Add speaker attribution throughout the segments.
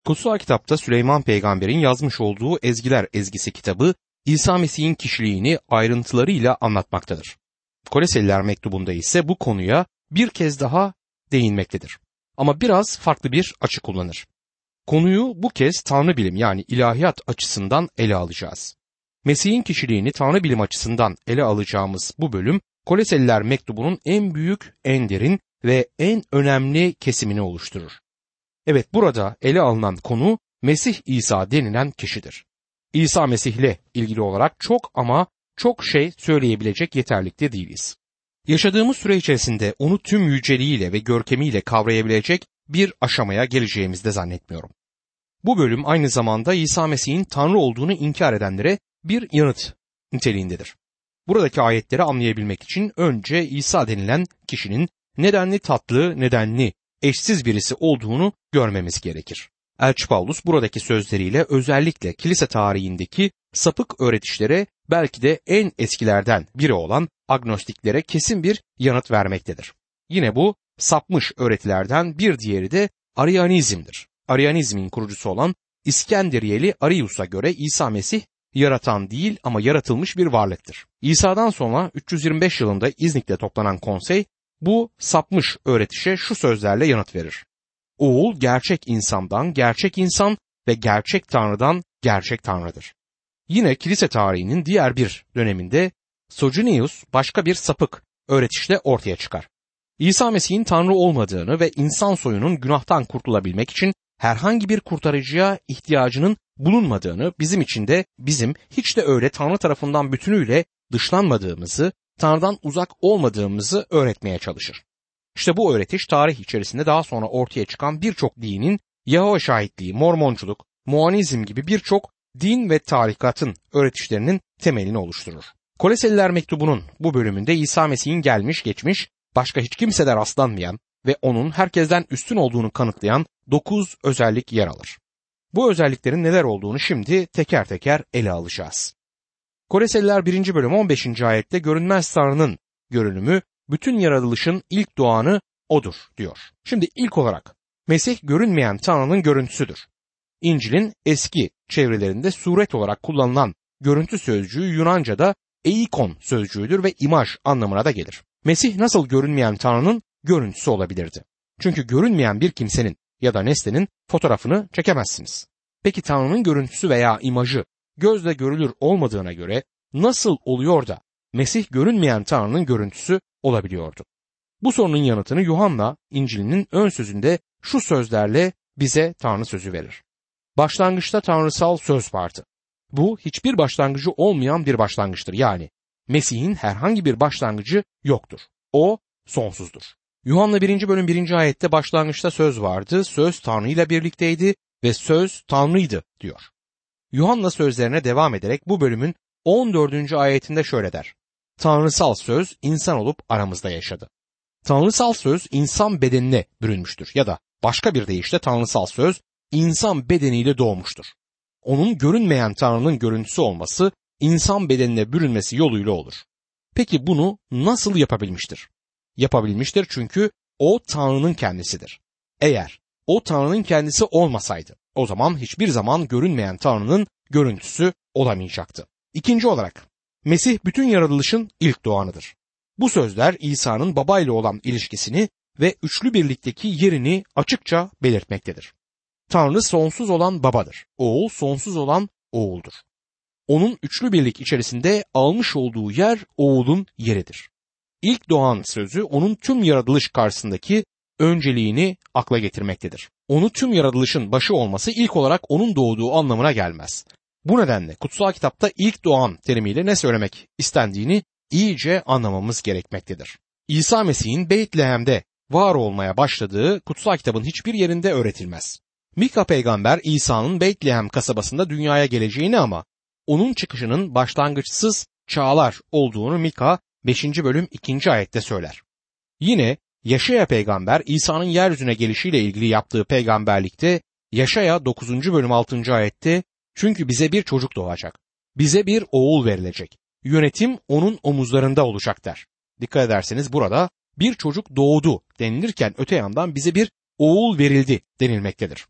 Speaker 1: Kutsal kitapta Süleyman peygamberin yazmış olduğu Ezgiler ezgisi kitabı İsa Mesih'in kişiliğini ayrıntılarıyla anlatmaktadır. Koloseliler mektubunda ise bu konuya bir kez daha değinmektedir. Ama biraz farklı bir açı kullanır. Konuyu bu kez Tanrı bilim yani ilahiyat açısından ele alacağız. Mesih'in kişiliğini Tanrı bilim açısından ele alacağımız bu bölüm Koloseliler mektubunun en büyük, en derin ve en önemli kesimini oluşturur. Evet, burada ele alınan konu Mesih İsa denilen kişidir. İsa Mesih'le ilgili olarak çok ama çok şey söyleyebilecek yeterlikte değiliz. Yaşadığımız süre içerisinde onu tüm yüceliğiyle ve görkemiyle kavrayabilecek bir aşamaya geleceğimizi de zannetmiyorum. Bu bölüm aynı zamanda İsa Mesih'in Tanrı olduğunu inkar edenlere bir yanıt niteliğindedir. Buradaki ayetleri anlayabilmek için önce İsa denilen kişinin nedenli tatlı, nedenli eşsiz birisi olduğunu görmemiz gerekir. Elçi Pavlus buradaki sözleriyle özellikle kilise tarihindeki sapık öğretişlere belki de en eskilerden biri olan agnostiklere kesin bir yanıt vermektedir. Yine bu sapmış öğretilerden bir diğeri de Arianizm'dir. Arianizmin kurucusu olan İskenderiyeli Arius'a göre İsa Mesih yaratan değil ama yaratılmış bir varlıktır. İsa'dan sonra 325 yılında İznik'te toplanan konsey bu sapmış öğretişe şu sözlerle yanıt verir. Oğul gerçek insandan gerçek insan ve gerçek Tanrı'dan gerçek Tanrı'dır. Yine kilise tarihinin diğer bir döneminde Sojournius başka bir sapık öğretişle ortaya çıkar. İsa Mesih'in Tanrı olmadığını ve insan soyunun günahtan kurtulabilmek için herhangi bir kurtarıcıya ihtiyacının bulunmadığını, bizim için de bizim hiç de öyle Tanrı tarafından bütünüyle dışlanmadığımızı, Tanrı'dan uzak olmadığımızı öğretmeye çalışır. İşte bu öğretiş tarih içerisinde daha sonra ortaya çıkan birçok dinin, Yahova şahitliği, Mormonculuk, Muanizm gibi birçok din ve tarikatın öğretişlerinin temelini oluşturur. Koloseliler mektubunun bu bölümünde İsa Mesih'in gelmiş geçmiş, başka hiç kimsede rastlanmayan ve onun herkesten üstün olduğunu kanıtlayan 9 özellik yer alır. Bu özelliklerin neler olduğunu şimdi teker teker ele alacağız. Koloseliler 1. bölüm 15. ayette görünmez Tanrı'nın görünümü, bütün yaratılışın ilk doğanı odur diyor. Şimdi ilk olarak Mesih görünmeyen Tanrı'nın görüntüsüdür. İncil'in eski çevrelerinde suret olarak kullanılan görüntü sözcüğü Yunanca'da eikon sözcüğüdür ve imaj anlamına da gelir. Mesih nasıl görünmeyen Tanrı'nın görüntüsü olabilirdi? Çünkü görünmeyen bir kimsenin ya da nesnenin fotoğrafını çekemezsiniz. Peki Tanrı'nın görüntüsü veya imajı gözle görülür olmadığına göre nasıl oluyor da Mesih görünmeyen Tanrı'nın görüntüsü olabiliyordu? Bu sorunun yanıtını Yuhanna İncil'inin ön sözünde şu sözlerle bize Tanrı sözü verir. Başlangıçta tanrısal söz vardı. Bu hiçbir başlangıcı olmayan bir başlangıçtır. Yani Mesih'in herhangi bir başlangıcı yoktur. O sonsuzdur. Yuhanna 1. bölüm 1. ayette başlangıçta söz vardı, söz Tanrı ile birlikteydi ve söz Tanrı'ydı diyor. Yuhanna sözlerine devam ederek bu bölümün 14. ayetinde şöyle der. Tanrısal söz insan olup aramızda yaşadı. Tanrısal söz insan bedenine bürünmüştür ya da başka bir deyişle tanrısal söz insan bedeniyle doğmuştur. Onun görünmeyen Tanrı'nın görüntüsü olması insan bedenine bürünmesi yoluyla olur. Peki bunu nasıl yapabilmiştir? Yapabilmiştir çünkü o Tanrı'nın kendisidir. Eğer o Tanrı'nın kendisi olmasaydı o zaman hiçbir zaman görünmeyen Tanrı'nın görüntüsü olamayacaktı. İkinci olarak Mesih bütün yaratılışın ilk doğanıdır. Bu sözler İsa'nın Baba ile olan ilişkisini ve üçlü birlikteki yerini açıkça belirtmektedir. Tanrı sonsuz olan Babadır. Oğul sonsuz olan Oğuldur. Onun üçlü birlik içerisinde almış olduğu yer Oğul'un yeridir. İlk doğan sözü onun tüm yaratılış karşısındaki önceliğini akla getirmektedir. Onu tüm yaratılışın başı olması ilk olarak onun doğduğu anlamına gelmez. Bu nedenle kutsal kitapta ilk doğan terimiyle ne söylemek istendiğini iyice anlamamız gerekmektedir. İsa Mesih'in Beytlehem'de var olmaya başladığı kutsal kitabın hiçbir yerinde öğretilmez. Mika peygamber İsa'nın Beytlehem kasabasında dünyaya geleceğini ama onun çıkışının başlangıçsız çağlar olduğunu Mika 5. bölüm 2. ayette söyler. Yine Yaşaya peygamber İsa'nın yeryüzüne gelişiyle ilgili yaptığı peygamberlikte Yaşaya 9. bölüm 6. ayette çünkü bize bir çocuk doğacak, bize bir oğul verilecek, yönetim onun omuzlarında olacak der. Dikkat ederseniz burada bir çocuk doğdu denilirken öte yandan bize bir oğul verildi denilmektedir.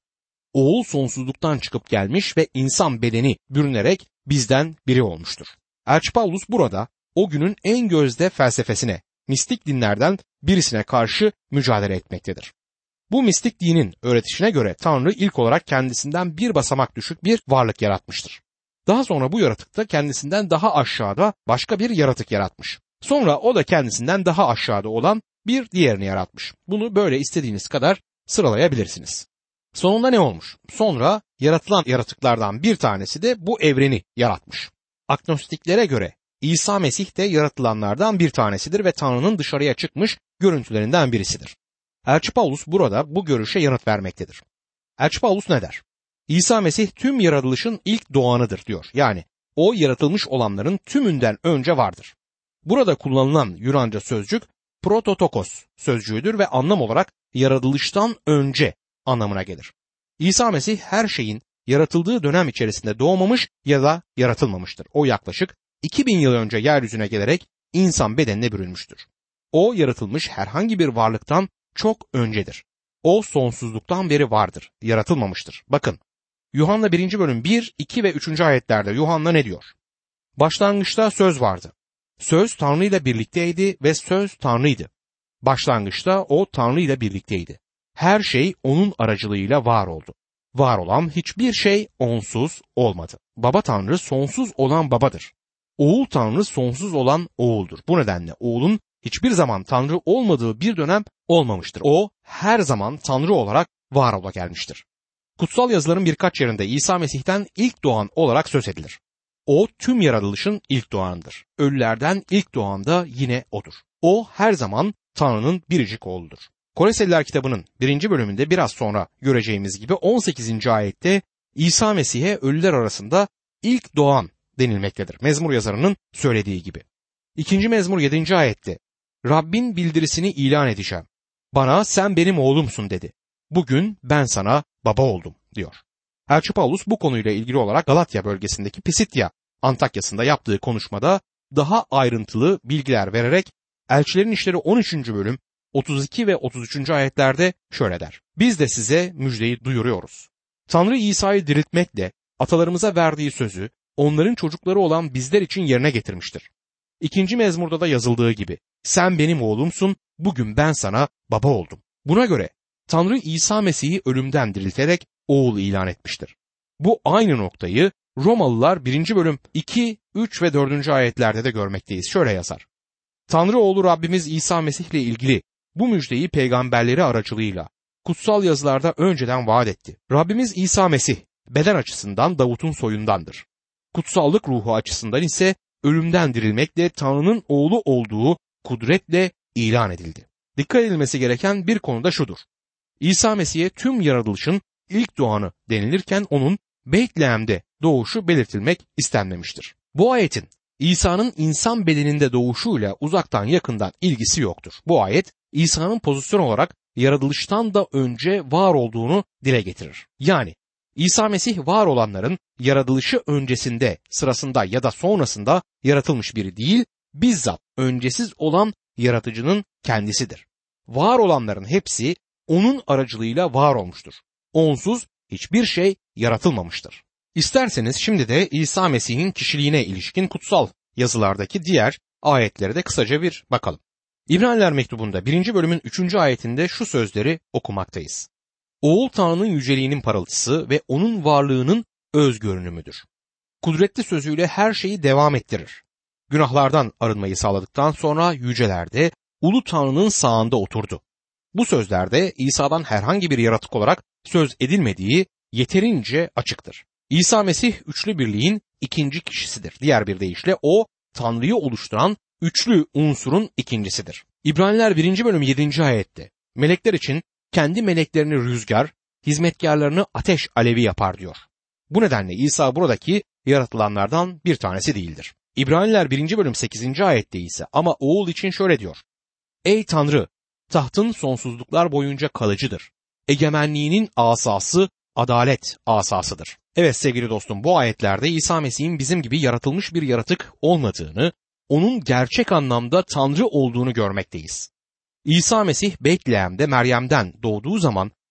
Speaker 1: Oğul sonsuzluktan çıkıp gelmiş ve insan bedeni bürünerek bizden biri olmuştur. Elçi Pavlus burada o günün en gözde felsefesine, mistik dinlerden birisine karşı mücadele etmektedir. Bu mistik dinin öğretişine göre Tanrı ilk olarak kendisinden bir basamak düşük bir varlık yaratmıştır. Daha sonra bu yaratık da kendisinden daha aşağıda başka bir yaratık yaratmış. Sonra o da kendisinden daha aşağıda olan bir diğerini yaratmış. Bunu böyle istediğiniz kadar sıralayabilirsiniz. Sonunda ne olmuş? Sonra yaratılan yaratıklardan bir tanesi de bu evreni yaratmış. Agnostiklere göre İsa Mesih de yaratılanlardan bir tanesidir ve Tanrı'nın dışarıya çıkmış görüntülerinden birisidir. Elçi Pavlus burada bu görüşe yanıt vermektedir. Elçi Pavlus ne der? İsa Mesih tüm yaratılışın ilk doğanıdır diyor. Yani o yaratılmış olanların tümünden önce vardır. Burada kullanılan Yunanca sözcük prototokos sözcüğüdür ve anlam olarak yaratılıştan önce anlamına gelir. İsa Mesih her şeyin yaratıldığı dönem içerisinde doğmamış ya da yaratılmamıştır. O yaklaşık 2000 yıl önce yeryüzüne gelerek insan bedenine bürünmüştür. O yaratılmış herhangi bir varlıktan çok öncedir. O sonsuzluktan beri vardır, yaratılmamıştır. Bakın, Yuhanna 1. bölüm 1, 2 ve 3. ayetlerde Yuhanna ne diyor? Başlangıçta söz vardı. Söz Tanrı ile birlikteydi ve söz Tanrı'ydı. Başlangıçta o Tanrı ile birlikteydi. Her şey onun aracılığıyla var oldu. Var olan hiçbir şey onsuz olmadı. Baba Tanrı sonsuz olan babadır. Oğul Tanrı sonsuz olan oğuldur. Bu nedenle oğulun hiçbir zaman Tanrı olmadığı bir dönem olmamıştır. O her zaman Tanrı olarak var ola gelmiştir. Kutsal yazıların birkaç yerinde İsa Mesih'ten ilk doğan olarak söz edilir. O tüm yaratılışın ilk doğanıdır. Ölülerden ilk doğan da yine odur. O her zaman Tanrı'nın biricik oğludur. Koloseliler kitabının 1. bölümünde biraz sonra göreceğimiz gibi 18. ayette İsa Mesih'e ölüler arasında ilk doğan denilmektedir. Mezmur yazarının söylediği gibi. 2. mezmur 7. ayette Rabbin bildirisini ilan edeceğim. Bana sen benim oğlumsun dedi. Bugün ben sana baba oldum diyor. Elçi Pavlus bu konuyla ilgili olarak Galatya bölgesindeki Pisitya Antakya'sında yaptığı konuşmada daha ayrıntılı bilgiler vererek Elçilerin İşleri 13. bölüm 32 ve 33. ayetlerde şöyle der. Biz de size müjdeyi duyuruyoruz. Tanrı İsa'yı diriltmekle atalarımıza verdiği sözü onların çocukları olan bizler için yerine getirmiştir. 2. mezmurda da yazıldığı gibi sen benim oğlumsun, bugün ben sana baba oldum. Buna göre Tanrı İsa Mesih'i ölümden dirilterek oğul ilan etmiştir. Bu aynı noktayı Romalılar 1. bölüm 2, 3 ve 4. ayetlerde de görmekteyiz. Şöyle yazar. Tanrı oğlu Rabbimiz İsa Mesih ile ilgili bu müjdeyi peygamberleri aracılığıyla kutsal yazılarda önceden vaat etti. Rabbimiz İsa Mesih beden açısından Davut'un soyundandır. Kutsallık ruhu açısından ise ölümden dirilmekle Tanrı'nın oğlu olduğu kudretle ilan edildi. Dikkat edilmesi gereken bir konu da şudur. İsa Mesih'e tüm yaratılışın ilk doğanı denilirken onun Betlehem'de doğuşu belirtilmek istenmemiştir. Bu ayetin İsa'nın insan bedeninde doğuşuyla uzaktan yakından ilgisi yoktur. Bu ayet İsa'nın pozisyon olarak yaratılıştan da önce var olduğunu dile getirir. Yani İsa Mesih var olanların yaratılışı öncesinde, sırasında ya da sonrasında yaratılmış biri değil, bizzat öncesiz olan yaratıcının kendisidir. Var olanların hepsi onun aracılığıyla var olmuştur. Onsuz hiçbir şey yaratılmamıştır. İsterseniz şimdi de İsa Mesih'in kişiliğine ilişkin kutsal yazılardaki diğer ayetlere de kısaca bir bakalım. İbraniler mektubunda 1. bölümün 3. ayetinde şu sözleri okumaktayız. Oğul Tanrı'nın yüceliğinin parıltısı ve onun varlığının öz görünümüdür. Kudretli sözüyle her şeyi devam ettirir. Günahlardan arınmayı sağladıktan sonra yücelerde Ulu Tanrı'nın sağında oturdu. Bu sözlerde İsa'dan herhangi bir yaratık olarak söz edilmediği yeterince açıktır. İsa Mesih üçlü birliğin ikinci kişisidir. Diğer bir deyişle o Tanrı'yı oluşturan üçlü unsurun ikincisidir. İbraniler 1. bölüm 7. ayette melekler için kendi meleklerini rüzgar, hizmetkarlarını ateş alevi yapar diyor. Bu nedenle İsa buradaki yaratılanlardan bir tanesi değildir. İbraniler 1. bölüm 8. ayette ise ama oğul için şöyle diyor. Ey Tanrı, tahtın sonsuzluklar boyunca kalıcıdır. Egemenliğinin asası adalet asasıdır. Evet sevgili dostum, bu ayetlerde İsa Mesih'in bizim gibi yaratılmış bir yaratık olmadığını, onun gerçek anlamda Tanrı olduğunu görmekteyiz. İsa Mesih Betlehem'de Meryem'den doğduğu zaman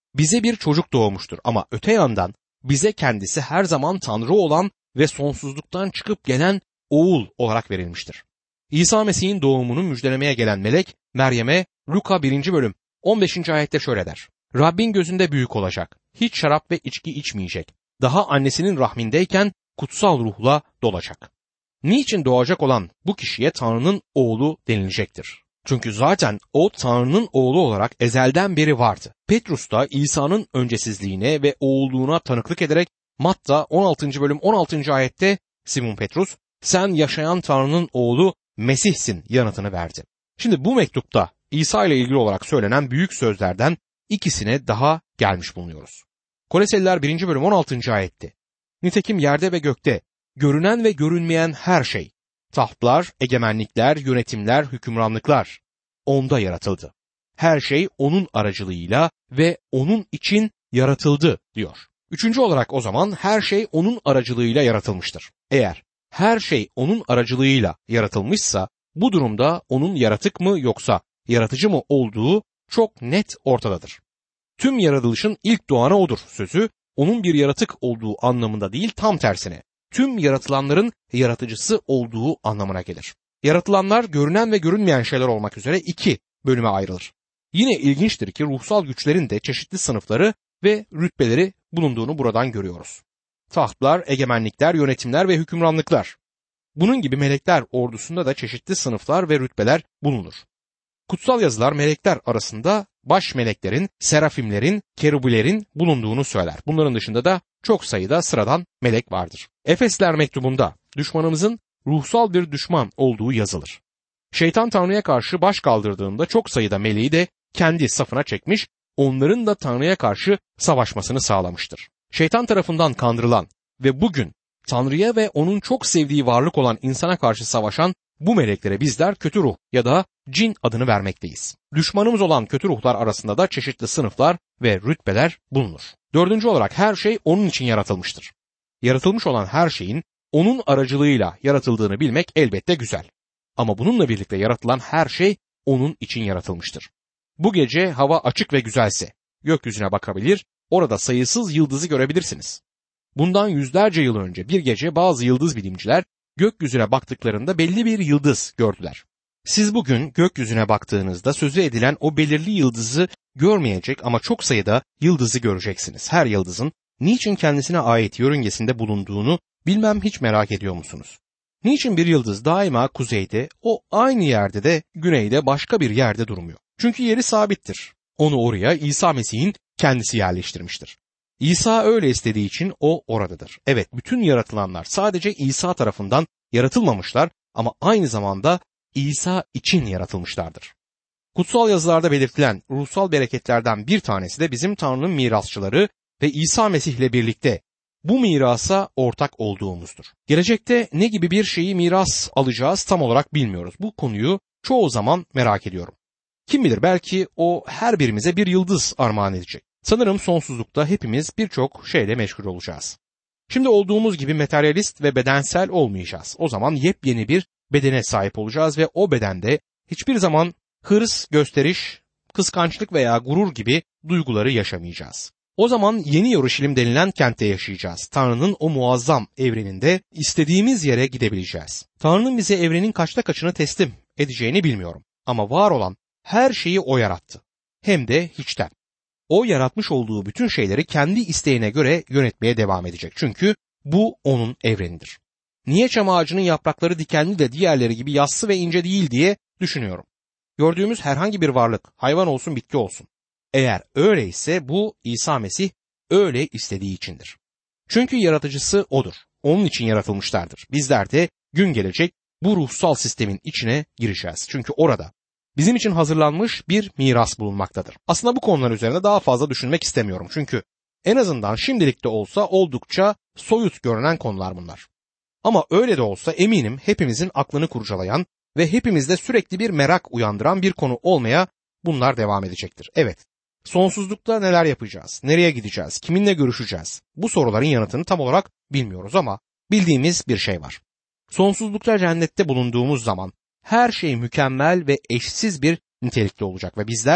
Speaker 1: bize bir çocuk doğmuştur ama öte yandan bize kendisi her zaman Tanrı olan ve sonsuzluktan çıkıp gelen oğul olarak verilmiştir. İsa Mesih'in doğumunu müjdelemeye gelen melek Meryem'e Luka 1. bölüm 15. ayette şöyle der. Rabbin gözünde büyük olacak, hiç şarap ve içki içmeyecek, daha annesinin rahmindeyken kutsal ruhla dolacak. Niçin doğacak olan bu kişiye Tanrı'nın oğlu denilecektir? Çünkü zaten o Tanrı'nın oğlu olarak ezelden beri vardı. Petrus da İsa'nın öncesizliğine ve oğulluğuna tanıklık ederek Matta 16. bölüm 16. ayette Simon Petrus, sen yaşayan Tanrı'nın oğlu Mesih'sin yanıtını verdi. Şimdi bu mektupta İsa ile ilgili olarak söylenen büyük sözlerden ikisine daha gelmiş bulunuyoruz. Koloseliler 1. bölüm 16. ayette. Nitekim yerde ve gökte görünen ve görünmeyen her şey, tahtlar, egemenlikler, yönetimler, hükümranlıklar onda yaratıldı. Her şey onun aracılığıyla ve onun için yaratıldı diyor. Üçüncü olarak o zaman her şey onun aracılığıyla yaratılmıştır. Eğer her şey onun aracılığıyla yaratılmışsa bu durumda onun yaratık mı yoksa yaratıcı mı olduğu çok net ortadadır. Tüm yaratılışın ilk doğanı odur sözü onun bir yaratık olduğu anlamında değil, tam tersine tüm yaratılanların yaratıcısı olduğu anlamına gelir. Yaratılanlar görünen ve görünmeyen şeyler olmak üzere iki bölüme ayrılır. Yine ilginçtir ki ruhsal güçlerin de çeşitli sınıfları ve rütbeleri bulunduğunu buradan görüyoruz. Tahtlar, egemenlikler, yönetimler ve hükümranlıklar. Bunun gibi melekler ordusunda da çeşitli sınıflar ve rütbeler bulunur. Kutsal yazılar melekler arasında baş meleklerin, serafimlerin, kerubilerin bulunduğunu söyler. Bunların dışında da çok sayıda sıradan melek vardır. Efesler mektubunda düşmanımızın ruhsal bir düşman olduğu yazılır. Şeytan Tanrı'ya karşı baş kaldırdığında çok sayıda meleği de kendi safına çekmiş, onların da Tanrı'ya karşı savaşmasını sağlamıştır. Şeytan tarafından kandırılan ve bugün Tanrı'ya ve onun çok sevdiği varlık olan insana karşı savaşan bu meleklere bizler kötü ruh ya da cin adını vermekteyiz. Düşmanımız olan kötü ruhlar arasında da çeşitli sınıflar ve rütbeler bulunur. Dördüncü olarak her şey onun için yaratılmıştır. Yaratılmış olan her şeyin onun aracılığıyla yaratıldığını bilmek elbette güzel. Ama bununla birlikte yaratılan her şey onun için yaratılmıştır. Bu gece hava açık ve güzelse gökyüzüne bakabilir, orada sayısız yıldızı görebilirsiniz. Bundan yüzlerce yıl önce bir gece bazı yıldız bilimciler gökyüzüne baktıklarında belli bir yıldız gördüler. Siz bugün gökyüzüne baktığınızda sözü edilen o belirli yıldızı görmeyecek ama çok sayıda yıldızı göreceksiniz. Her yıldızın niçin kendisine ait yörüngesinde bulunduğunu bilmem hiç merak ediyor musunuz? Niçin bir yıldız daima kuzeyde, o aynı yerde de güneyde başka bir yerde durmuyor? Çünkü yeri sabittir. Onu oraya İsa Mesih'in kendisi yerleştirmiştir. İsa öyle istediği için o oradadır. Evet, bütün yaratılanlar sadece İsa tarafından yaratılmamışlar ama aynı zamanda İsa için yaratılmışlardır. Kutsal yazılarda belirtilen ruhsal bereketlerden bir tanesi de bizim Tanrı'nın mirasçıları ve İsa Mesih ile birlikte bu mirasa ortak olduğumuzdur. Gelecekte ne gibi bir şeyi miras alacağız tam olarak bilmiyoruz. Bu konuyu çoğu zaman merak ediyorum. Kim bilir, belki o her birimize bir yıldız armağan edecek. Sanırım sonsuzlukta hepimiz birçok şeyle meşgul olacağız. Şimdi olduğumuz gibi materyalist ve bedensel olmayacağız. O zaman yepyeni bir bedene sahip olacağız ve o bedende hiçbir zaman hırs, gösteriş, kıskançlık veya gurur gibi duyguları yaşamayacağız. O zaman yeni Yeruşalim denilen kentte yaşayacağız. Tanrı'nın o muazzam evreninde istediğimiz yere gidebileceğiz. Tanrı'nın bize evrenin kaçta kaçını teslim edeceğini bilmiyorum. Ama var olan her şeyi o yarattı. Hem de hiçten. O yaratmış olduğu bütün şeyleri kendi isteğine göre yönetmeye devam edecek. Çünkü bu onun evrenidir. Niye çam ağacının yaprakları dikenli de diğerleri gibi yassı ve ince değil diye düşünüyorum. Gördüğümüz herhangi bir varlık, hayvan olsun bitki olsun. Eğer öyleyse bu İsa Mesih öyle istediği içindir. Çünkü yaratıcısı odur. Onun için yaratılmışlardır. Bizler de gün gelecek bu ruhsal sistemin içine gireceğiz. Çünkü orada bizim için hazırlanmış bir miras bulunmaktadır. Aslında bu konular üzerine daha fazla düşünmek istemiyorum. Çünkü en azından şimdilik de olsa oldukça soyut görünen konular bunlar. Ama öyle de olsa eminim hepimizin aklını kurcalayan ve hepimizde sürekli bir merak uyandıran bir konu olmaya bunlar devam edecektir. Evet, sonsuzlukta neler yapacağız, nereye gideceğiz, kiminle görüşeceğiz? Bu soruların yanıtını tam olarak bilmiyoruz ama bildiğimiz bir şey var. Sonsuzlukta cennette bulunduğumuz zaman her şey mükemmel ve eşsiz bir nitelikte olacak ve bizler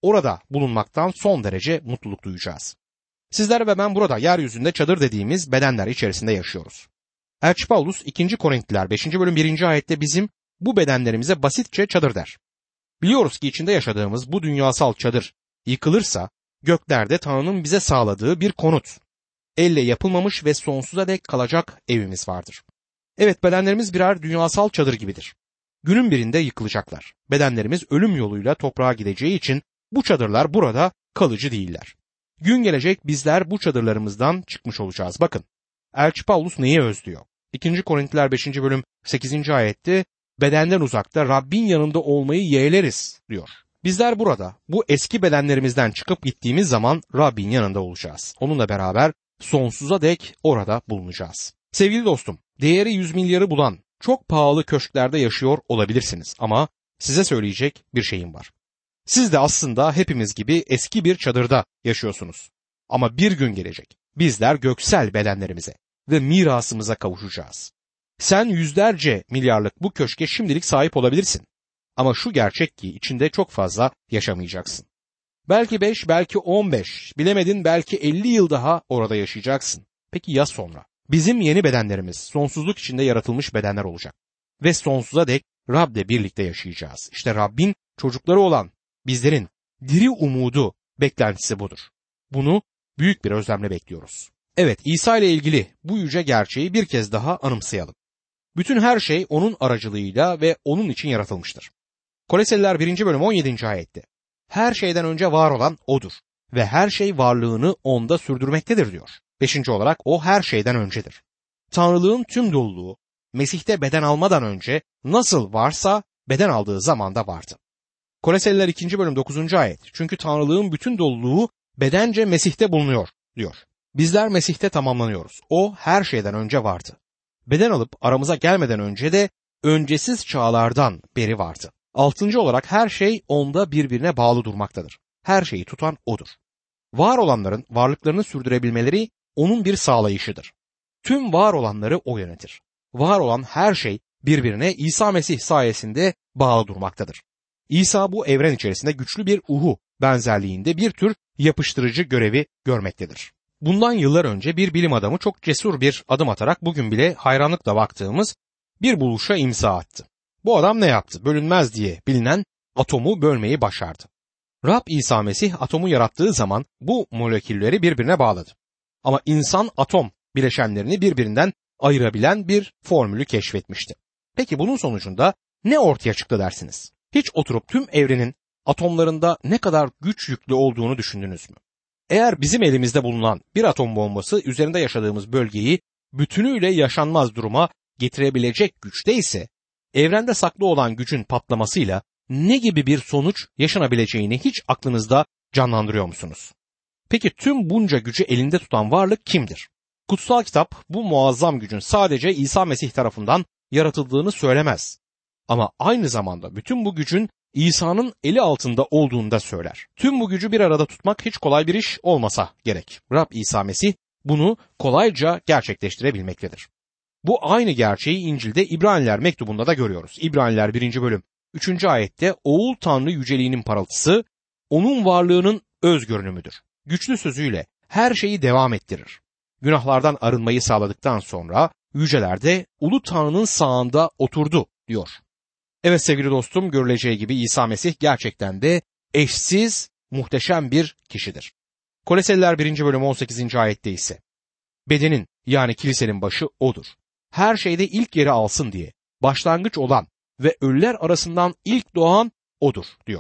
Speaker 1: orada bulunmaktan son derece mutluluk duyacağız. Sizler ve ben burada yeryüzünde çadır dediğimiz bedenler içerisinde yaşıyoruz. Elçi Paulus 2. Korintliler 5. bölüm 1. ayette bizim bu bedenlerimize basitçe çadır der. Biliyoruz ki içinde yaşadığımız bu dünyasal çadır yıkılırsa göklerde Tanrı'nın bize sağladığı bir konut, elle yapılmamış ve sonsuza dek kalacak evimiz vardır. Evet, bedenlerimiz birer dünyasal çadır gibidir. Günün birinde yıkılacaklar. Bedenlerimiz ölüm yoluyla toprağa gideceği için bu çadırlar burada kalıcı değiller. Gün gelecek bizler bu çadırlarımızdan çıkmış olacağız. Bakın, Elçi Paulus neyi özlüyor? 2. Korintliler 5. bölüm 8. ayette bedenden uzakta Rabbin yanında olmayı yeğleriz diyor. Bizler burada bu eski bedenlerimizden çıkıp gittiğimiz zaman Rabbin yanında olacağız. Onunla beraber sonsuza dek orada bulunacağız. Sevgili dostum, değeri 100 milyarı bulan çok pahalı köşklerde yaşıyor olabilirsiniz ama size söyleyecek bir şeyim var. Siz de aslında hepimiz gibi eski bir çadırda yaşıyorsunuz. Ama bir gün gelecek. Bizler göksel bedenlerimize ve mirasımıza kavuşacağız. Sen yüzlerce milyarlık bu köşke şimdilik sahip olabilirsin. Ama şu gerçek ki içinde çok fazla yaşamayacaksın. Belki 5, belki 15, bilemedin belki 50 yıl daha orada yaşayacaksın. Peki ya sonra? Bizim yeni bedenlerimiz sonsuzluk içinde yaratılmış bedenler olacak. Ve sonsuza dek Rab'le birlikte yaşayacağız. İşte Rabbin çocukları olan bizlerin diri umudu, beklentisi budur. Bunu büyük bir özlemle bekliyoruz. Evet, İsa ile ilgili bu yüce gerçeği bir kez daha anımsayalım. Bütün her şey onun aracılığıyla ve onun için yaratılmıştır. Koloseliler 1. bölüm 17. ayette her şeyden önce var olan O'dur ve her şey varlığını O'nda sürdürmektedir diyor. 5. olarak O her şeyden öncedir. Tanrılığın tüm doluluğu Mesih'te beden almadan önce nasıl varsa beden aldığı zamanda vardı. Koloseliler 2. bölüm 9. ayet çünkü Tanrılığın bütün doluluğu bedence Mesih'te bulunuyor diyor. Bizler Mesih'te tamamlanıyoruz. O her şeyden önce vardı. Beden alıp aramıza gelmeden önce de öncesiz çağlardan beri vardı. 6. olarak her şey onda birbirine bağlı durmaktadır. Her şeyi tutan O'dur. Var olanların varlıklarını sürdürebilmeleri onun bir sağlayışıdır. Tüm var olanları O yönetir. Var olan her şey birbirine İsa Mesih sayesinde bağlı durmaktadır. İsa bu evren içerisinde güçlü bir uhu benzerliğinde bir tür yapıştırıcı görevi görmektedir. Bundan yıllar önce bir bilim adamı çok cesur bir adım atarak bugün bile hayranlıkla baktığımız bir buluşa imza attı. Bu adam ne yaptı? Bölünmez diye bilinen atomu bölmeyi başardı. Rab İsa Mesih atomu yarattığı zaman bu molekülleri birbirine bağladı. Ama insan atom bileşenlerini birbirinden ayırabilen bir formülü keşfetmişti. Peki bunun sonucunda ne ortaya çıktı dersiniz? Hiç oturup tüm evrenin atomlarında ne kadar güç yüklü olduğunu düşündünüz mü? Eğer bizim elimizde bulunan bir atom bombası üzerinde yaşadığımız bölgeyi bütünüyle yaşanmaz duruma getirebilecek güçte ise, evrende saklı olan gücün patlamasıyla ne gibi bir sonuç yaşanabileceğini hiç aklınızda canlandırıyor musunuz? Peki tüm bunca gücü elinde tutan varlık kimdir? Kutsal kitap bu muazzam gücün sadece İsa Mesih tarafından yaratıldığını söylemez. Ama aynı zamanda bütün bu gücün İsa'nın eli altında olduğunu da söyler. Tüm bu gücü bir arada tutmak hiç kolay bir iş olmasa gerek. Rab İsa Mesih bunu kolayca gerçekleştirebilmektedir. Bu aynı gerçeği İncil'de İbraniler mektubunda da görüyoruz. İbraniler 1. bölüm 3. ayette Oğul Tanrı yüceliğinin parıltısı, onun varlığının öz görünümüdür. Güçlü sözüyle her şeyi devam ettirir. Günahlardan arınmayı sağladıktan sonra yücelerde Ulu Tanrı'nın sağında oturdu diyor. Evet sevgili dostum, görüleceği gibi İsa Mesih gerçekten de eşsiz, muhteşem bir kişidir. Koloseliler 1. bölüm 18. ayette ise bedenin yani kilisenin başı O'dur. Her şeyde ilk yeri alsın diye başlangıç olan ve ölüler arasından ilk doğan O'dur diyor.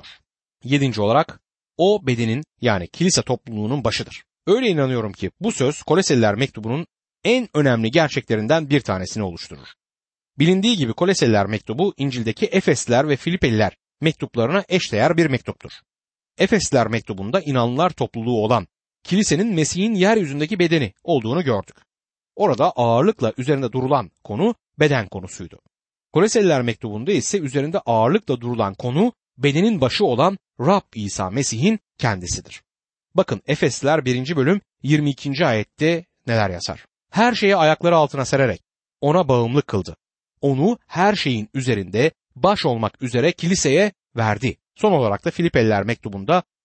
Speaker 1: 7. olarak O bedenin yani kilise topluluğunun başıdır. Öyle inanıyorum ki bu söz Koloseliler mektubunun en önemli gerçeklerinden bir tanesini oluşturur. Bilindiği gibi Koloseliler mektubu İncil'deki Efesliler ve Filipeliler mektuplarına eşdeğer bir mektuptur. Efesliler mektubunda inanlılar topluluğu olan kilisenin Mesih'in yeryüzündeki bedeni olduğunu gördük. Orada ağırlıkla üzerinde durulan konu beden konusuydu. Koloseliler mektubunda ise üzerinde ağırlıkla durulan konu bedenin başı olan Rab İsa Mesih'in kendisidir. Bakın Efesliler 1. bölüm 22. ayette neler yazar? Her şeyi ayakları altına sererek ona bağımlı kıldı. Onu her şeyin üzerinde baş olmak üzere kiliseye verdi. Son olarak da Filipeliler mektubunda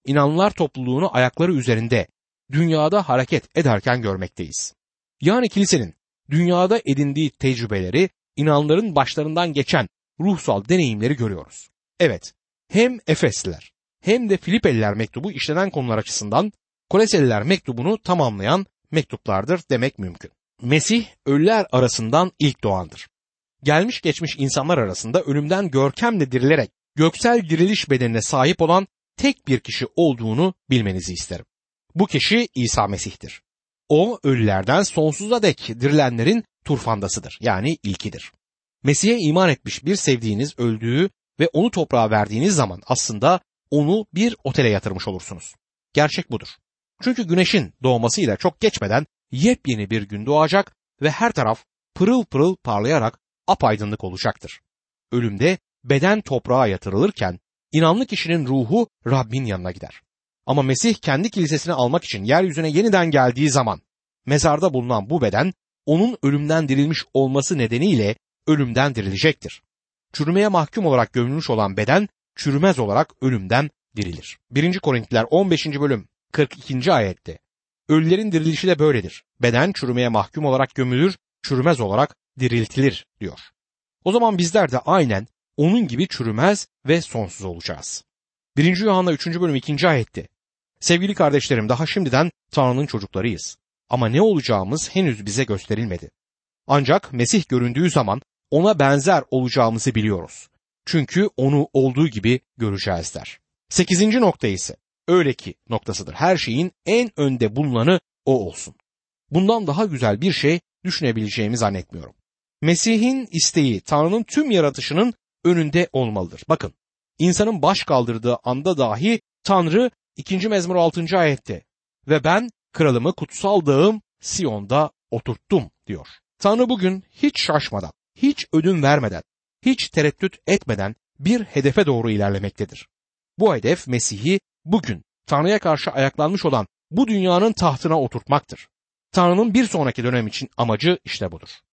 Speaker 1: inanlılar topluluğunu ayakları üzerinde dünyada hareket ederken görmekteyiz. Yani kilisenin dünyada edindiği tecrübeleri, inanlıların başlarından geçen ruhsal deneyimleri görüyoruz. Evet, hem Efesliler hem de Filipeliler mektubu işlenen konular açısından Koloseliler mektubunu tamamlayan mektuplardır demek mümkün. Mesih ölüler arasından ilk doğandır. Gelmiş geçmiş insanlar arasında ölümden görkemle dirilerek göksel diriliş bedenine sahip olan tek bir kişi olduğunu bilmenizi isterim. Bu kişi İsa Mesih'tir. O ölülerden sonsuza dek dirilenlerin turfandasıdır, yani ilkidir. Mesih'e iman etmiş bir sevdiğiniz öldüğü ve onu toprağa verdiğiniz zaman aslında onu bir otele yatırmış olursunuz. Gerçek budur. Çünkü güneşin doğmasıyla çok geçmeden yepyeni bir gün doğacak ve her taraf pırıl pırıl parlayarak apaydınlık olacaktır. Ölümde beden toprağa yatırılırken inanlı kişinin ruhu Rabbin yanına gider. Ama Mesih kendi kilisesini almak için yeryüzüne yeniden geldiği zaman mezarda bulunan bu beden onun ölümden dirilmiş olması nedeniyle ölümden dirilecektir. Çürümeye mahkum olarak gömülmüş olan beden çürümez olarak ölümden dirilir. 1. Korintiler 15. bölüm 42. ayette ölülerin dirilişi de böyledir. Beden çürümeye mahkum olarak gömülür, çürümez olarak diriltilir diyor. O zaman bizler de aynen onun gibi çürümez ve sonsuz olacağız. 1. Yuhanna 3. bölüm 2. ayette sevgili kardeşlerim, daha şimdiden Tanrı'nın çocuklarıyız. Ama ne olacağımız henüz bize gösterilmedi. Ancak Mesih göründüğü zaman ona benzer olacağımızı biliyoruz. Çünkü onu olduğu gibi göreceğiz der. 8. nokta ise öyle ki noktasıdır. Her şeyin en önde bulunanı o olsun. Bundan daha güzel bir şey düşünebileceğimi zannetmiyorum. Mesih'in isteği Tanrı'nın tüm yaratışının önünde olmalıdır. Bakın, insanın baş kaldırdığı anda dahi Tanrı 2. Mezmur 6. ayette ve ben kralımı kutsal dağım Siyon'da oturttum diyor. Tanrı bugün hiç şaşmadan, hiç ödün vermeden, hiç tereddüt etmeden bir hedefe doğru ilerlemektedir. Bu hedef Mesih'i bugün Tanrı'ya karşı ayaklanmış olan bu dünyanın tahtına oturtmaktır. Tanrı'nın bir sonraki dönem için amacı işte budur.